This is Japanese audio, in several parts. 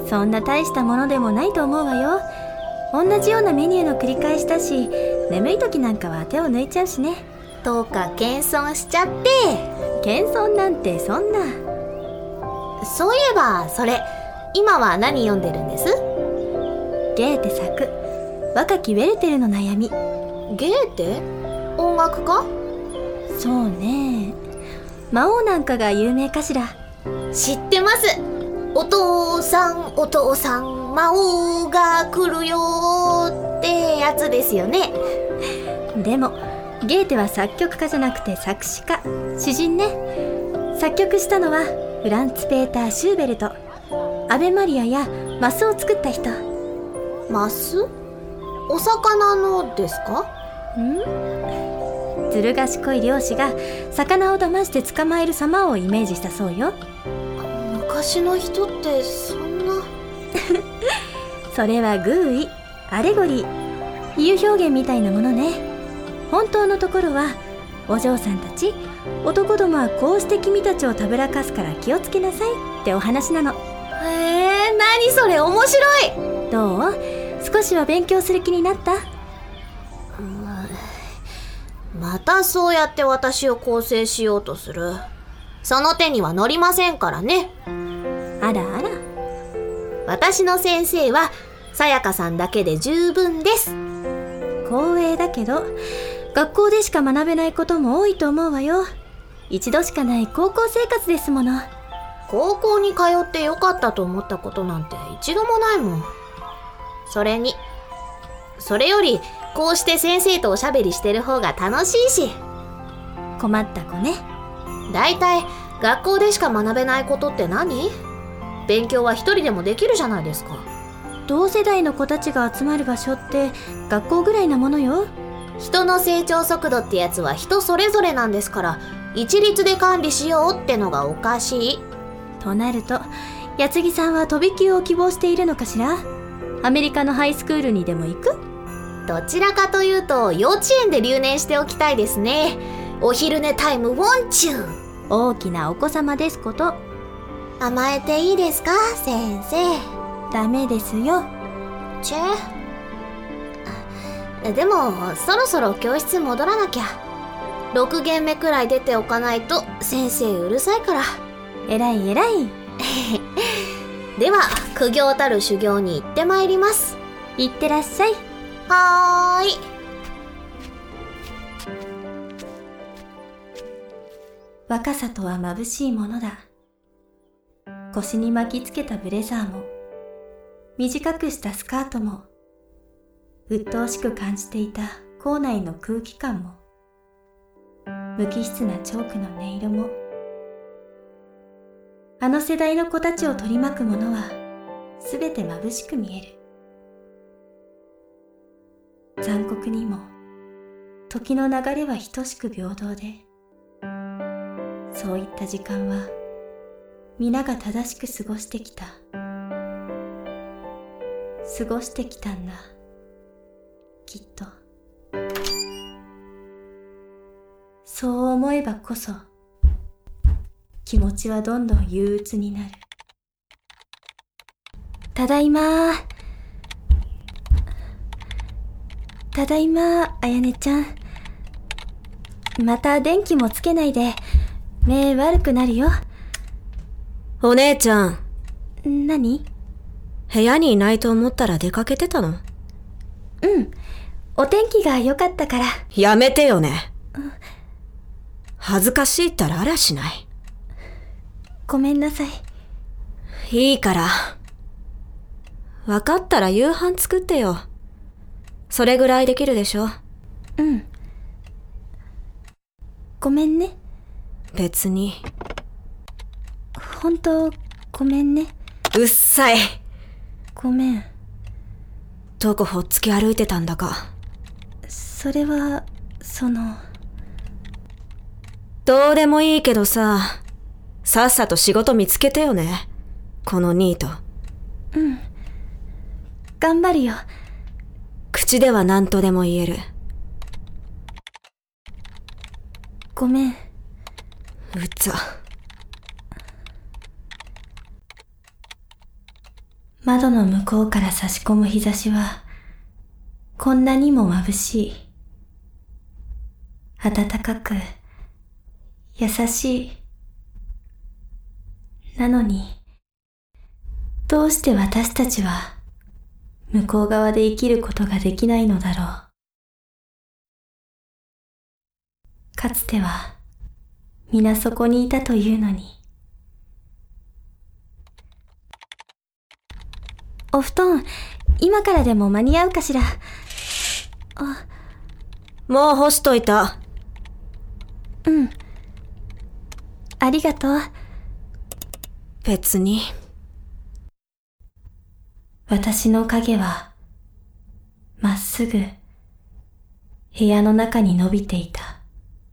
そんな大したものでもないと思うわよ。同じようなメニューの繰り返しだし、眠い時なんかは手を抜いちゃうしね。 とか謙遜しちゃって。 謙遜なんてそんな。 そういえばそれ、今は何読んでるんです？ ゲーテ作若きウェルテルの悩み。 ゲーテ？音楽家？ そうね、魔王なんかが有名かしら。 知ってます。お父さんお父さん魔王が来るよってやつですよね。 でもゲーテは作曲家じゃなくて作詞家、詩人ね。作曲したのはフランツ・ペーター・シューベルト。アベマリアやマスを作った人。 マス？お魚のですか？ ずる賢い漁師が魚を騙して捕まえる様をイメージしたそうよ。 昔の人ってそんなそれは寓意、アレゴリー、比喩表現みたいなものね。本当のところは、お嬢さんたち、男どもはこうして君たちをたぶらかすから気をつけなさいってお話なの。 何それ、面白い。 どう？少しは勉強する気になった？ またそうやって私を構成しようとする。その手には乗りませんからね。 あらあら。 私の先生はさやかさんだけで十分です。 光栄だけど、学校でしか学べないことも多いと思うわよ。一度しかない高校生活ですもの。 高校に通ってよかったと思ったことなんて一度もないもん。それよりこうして先生とおしゃべりしてる方が楽しいし。 困った子ね。 だいたい学校でしか学べないことって何？勉強は一人でもできるじゃないですか。 同世代の子たちが集まる場所って学校ぐらいなものよ。 人の成長速度ってやつは人それぞれなんですから、一律で管理しようってのがおかしい。 となると、矢継ぎさんは飛び級を希望しているのかしら？アメリカのハイスクールにでも行く？ どちらかというと幼稚園で留年しておきたいですね。お昼寝タイムウォンチュー。 大きなお子様ですこと。 甘えていいですか、先生？ ダメですよ。 でもそろそろ教室戻らなきゃ。6限目くらい出ておかないと先生うるさいから。 偉い偉い。 では苦行たる修行に行ってまいります。 いってらっしゃい。 はーい。 若さとは眩しいものだ。腰に巻きつけたブレザーも、短くしたスカートも、鬱陶しく感じていた校内の空気感も、無機質なチョークの音色も、あの世代の子たちを取り巻くものは、すべて眩しく見える。残酷にも、時の流れは等しく平等で、そういった時間は、皆が正しく過ごしてきた。過ごしてきたんだ。きっと。そう思えばこそ、気持ちはどんどん憂鬱になる。ただいま。ただいま、あやねちゃん。また電気もつけないで、目悪くなるよ。 お姉ちゃん。 何？ 部屋にいないと思ったら出かけてたの？ うん。お天気が良かったから。 やめてよね。恥ずかしいったらあらしない。 ごめんなさい。 いいから。わかったら夕飯作ってよ。それぐらいできるでしょ。 うん。ごめんね。 別に。 本当、ごめんね。 うっさい。 ごめん。 どこほっつき歩いてたんだか。 それは、 どうでもいいけどさ、さっさと仕事見つけてよね。このニート。 うん。頑張るよ。 口では何とでも言える。 ごめん。 うざ。 窓の向こうから差し込む日差しは、こんなにも眩しい。暖かく、優しい。なのに、どうして私たちは、向こう側で生きることができないのだろう。かつては、皆そこにいたというのに。お布団、今からでも間に合うかしら。 もう干しといた。 うん。ありがとう。 別に。 私の影は、まっすぐ、部屋の中に伸びていた。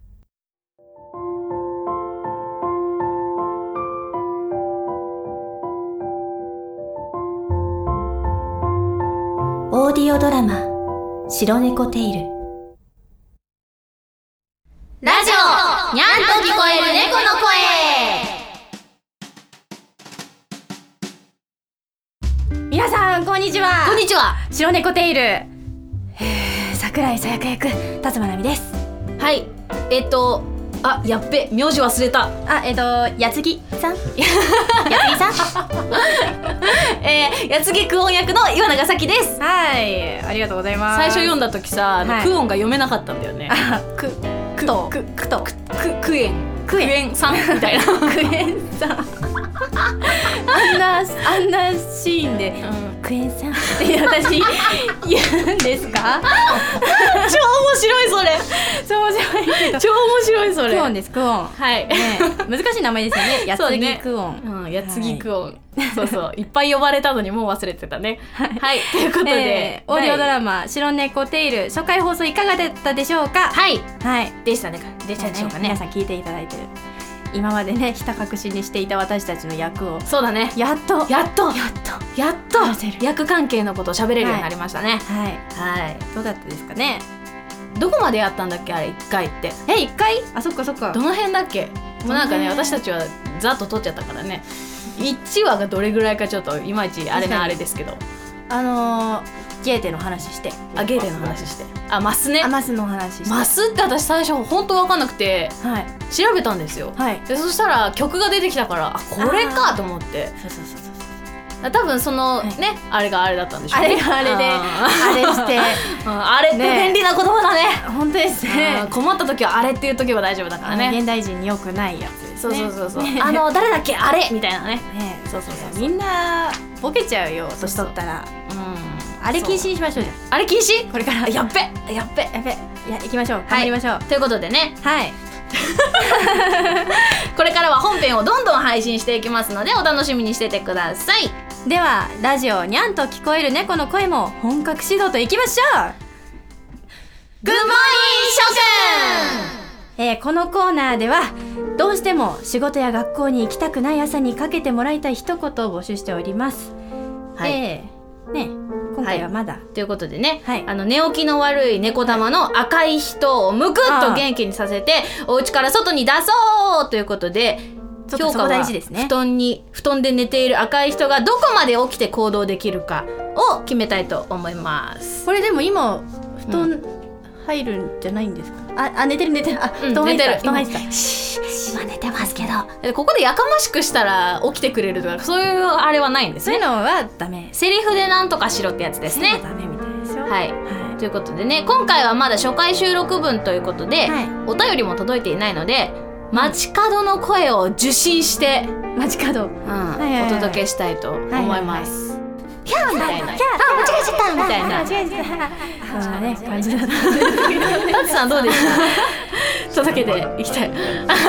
オーディオドラマ、白猫テイル。 ラジオにゃんと聞こえる猫の声。 皆さんこんにちは。 こんにちは。 白猫テイル、桜井さやか役辰馬奈美です。 はい。あ、やっべ、名字忘れた。 やつぎさんやつぎさんやつぎクオン役の岩永咲です。 はい、ありがとうございます。 最初読んだ時さ、 はい、 クオンが読めなかったんだよね。クエンさんみたいな。 クエンさんあんなシーンで、クエンさんって私言うんですか？ 超面白いそれ。 超面白いけど。 超面白いそれ。 クオンです、クオン。 はい。 ね、難しい名前ですよね。やつぎクオン。 やつぎクオン。そうそう。いっぱい呼ばれたのにもう忘れてたね。はい。ということで、 オーディオドラマ白猫テイル初回放送いかがだったでしょうか？ はいはい。 でしたでしょうかね。 皆さん聞いていただいてる。今までね、ひた隠しにしていた私たちの役を、 そうだね、 やっと役関係のことを喋れるようになりましたね。 はい。どうだったですかね。 どこまでやったんだっけ、あれ1回って。 1回？あ、そっかそっか。 どの辺だっけ。もうなんかね、私たちはざっと撮っちゃったからね、1話がどれぐらいかちょっといまいちあれですけど、 ゲーテの話して、 ゲーテの話して、マスね。 マスの話して。 マスって私最初本当分かんなくて、調べたんですよ。でそしたら曲が出てきたから、これかと思って。多分そのね、あれがあれだったんでしょうね。 あれであれしてあれって便利な言葉だね。 本当ですね。 困った時はあれっていう時は大丈夫だからね。 現代人に良くないやつですね。 そう誰だっけあれみたいなね。そうみんなボケちゃうよ、年取ったら。あれ禁止にしましょう。じゃあれ禁止。 これからやっべいや行きましょう。頑張りましょう。 ということでね、 はいこれからは本編をどんどん配信していきますのでお楽しみにしててください。 ではラジオにゃんと聞こえる猫の声も本格始動といきましょう。 グッモーニング諸君。 このコーナーではどうしても仕事や学校に行きたくない朝にかけてもらいたい一言を募集しております。今回はまだ、 ということでね、寝起きの悪い猫玉の赤い人をむくっと元気にさせてお家から外に出そうということで、 評価は大事ですね。 布団で寝ている赤い人がどこまで起きて行動できるかを決めたいと思います。 これでも今布団入るんじゃないんですか？寝てる。布団入った。 今寝てますけど、ここでやかましくしたら起きてくれるとか、そういうあれはないんですね。 そういうのはダメ。 セリフでなんとかしろってやつですね。 ダメみたいですよ。 ということでね、今回はまだ初回収録分ということで、お便りも届いていないので、街角の声を受信して街角、 お届けしたいと思います。キャーみたいな、間違えちゃったみたいな感じだった。 タツさんどうでした？届けていきたい。ネ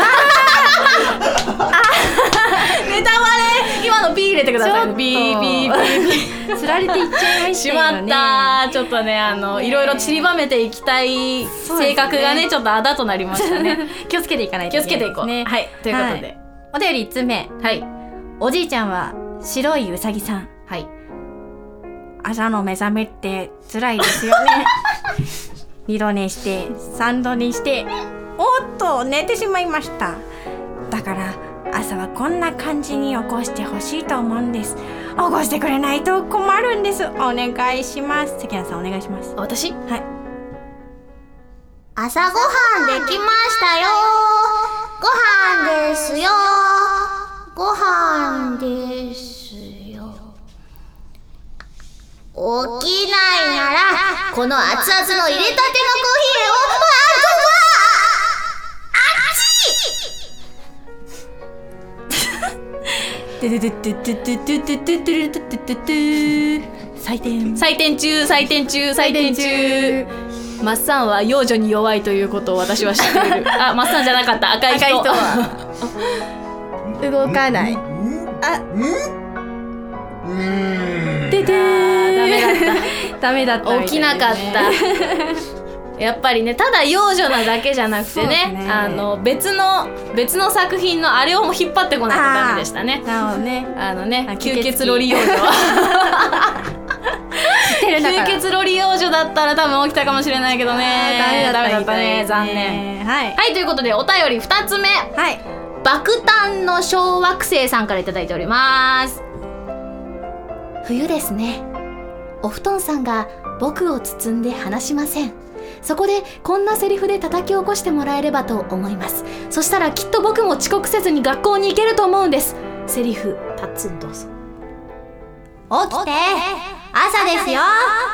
タバレ、今のピー入れてください。ピーつられていっちゃいましたよね。 しまった。ちょっとね、いろいろ散りばめていきたい性格がね、ちょっとあだとなりましたね。 気をつけていかないと。 気をつけていこう。はい、ということで、 お便り1つ目。おじいちゃんは白いうさぎさん。朝の目覚めって辛いですよね。2度寝して3度寝して、おっと寝てしまいました。だから朝はこんな感じに起こしてほしいと思うんです。起こしてくれないと困るんです。お願いします。関谷さんお願いします。 私？ はい。 朝ごはんできましたよ。ご飯ですよ。ご飯ですよ。起きないならこの熱々の入れたてのコーヒーを採点中。 マッサンは幼女に弱いということを私は知っている。あ、マッサンじゃなかった。赤い人は動かない。あ、ダメだった。 起きなかった。やっぱりね、ただ幼女なだけじゃなくてね、別の作品のあれをも引っ張ってこないとダメでしたね。 なるほどね。 吸血ロリ幼女。吸血ロリ幼女だったら多分起きたかもしれないけどね。ダメだったね。残念。はい、ということでお便り2つ目。 はい。 爆誕の小惑星さんからいただいております。冬ですね。お布団さんが僕を包んで離しません。そこでこんなセリフで叩き起こしてもらえればと思います。そしたらきっと僕も遅刻せずに学校に行けると思うんです。セリフタッツンどうぞ。 起きて、朝ですよ。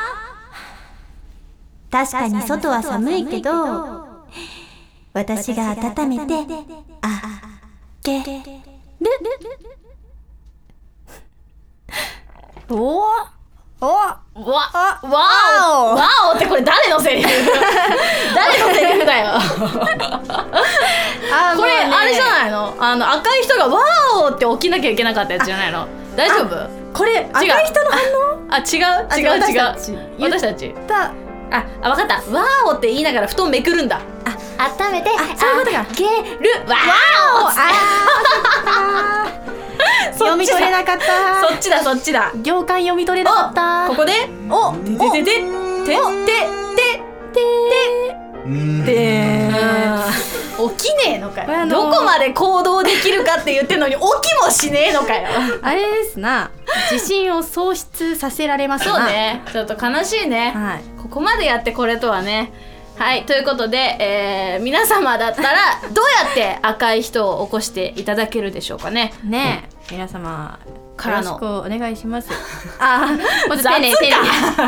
確かに外は寒いけど、私が温めてあげる。 わおってこれ誰のセリフ？誰のセリフだよ。これあれじゃないの？赤い人がワオって起きなきゃいけなかったやつじゃないの？大丈夫？ これ赤い人の反応？ あ、違う。私たち。分かった。ワーオって言いながら布団めくるんだ。 温めてそういうことか。 あげる。わーお。 読み取れなかった。 そっちだ。 行間読み取れなかった。 ここで起きねえのかよ。どこまで行動できるかって言ってんのに起きもしねえのかよ。 あれですな。自信を喪失させられますな。 そうね。ちょっと悲しいね。 はい。 ここまでやってこれとはね。はい、ということで、皆様だったらどうやって赤い人を起こしていただけるでしょうかね。 ねえ、皆様からのよろしくお願いします。 もう丁寧上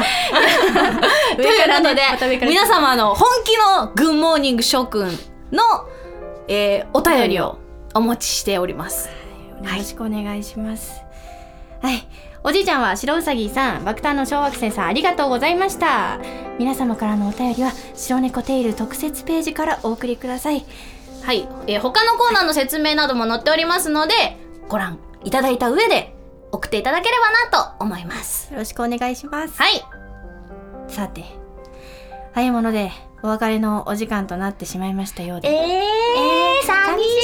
からので、皆様の本気のグッモーニング諸君の、お便りをお持ちしております。 よろしくお願いします。はい。おじいちゃんは白うさぎさん、爆誕の小惑星さん、ありがとうございました。皆様からのお便りは白猫テイル特設ページからお送りください。 はい、他のコーナーの説明なども載っておりますのでご覧いただいた上で送っていただければなと思います。 よろしくお願いします。 はい。 さて、早いものでお別れのお時間となってしまいましたようで。 寂しい。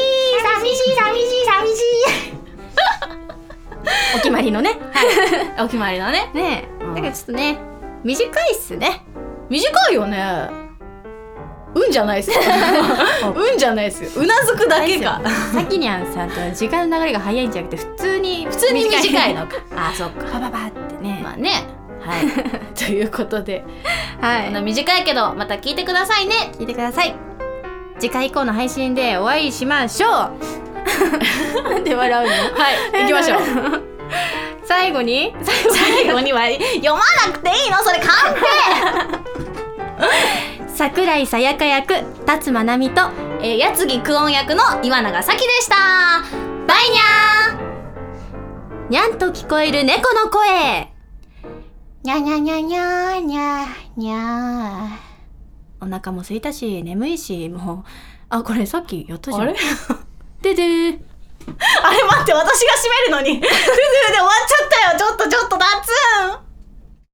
お決まりのね。 お決まりのね。 ねえ、だからちょっとね、短いっすね。 短いよね。じゃないっすよ。じゃないっすよ。うなずくだけか。 さきにゃんさんと時間の流れが早いんじゃなくて普通に短いのか。 あ、そっか。パパパってね。 まあね。 はい。ということで、 はい。 こんな短いけどまた聞いてくださいね。 聞いてください。次回以降の配信でお会いしましょう。なんで笑うの？ はい、行きましょう。 最後には読まなくていいの？それカンペ。 桜井さやか役辰まなみと、 矢継ぎクオン役の岩永咲でした。バイニャー。 にゃんと聞こえる猫の声。 にゃにゃにゃにゃにゃにゃ。 お腹も空いたし眠いし、もうこれさっきやったじゃん。 あれででー。 あれ待って、私が閉めるのに。で終わっちゃったよ。ちょっとダツン。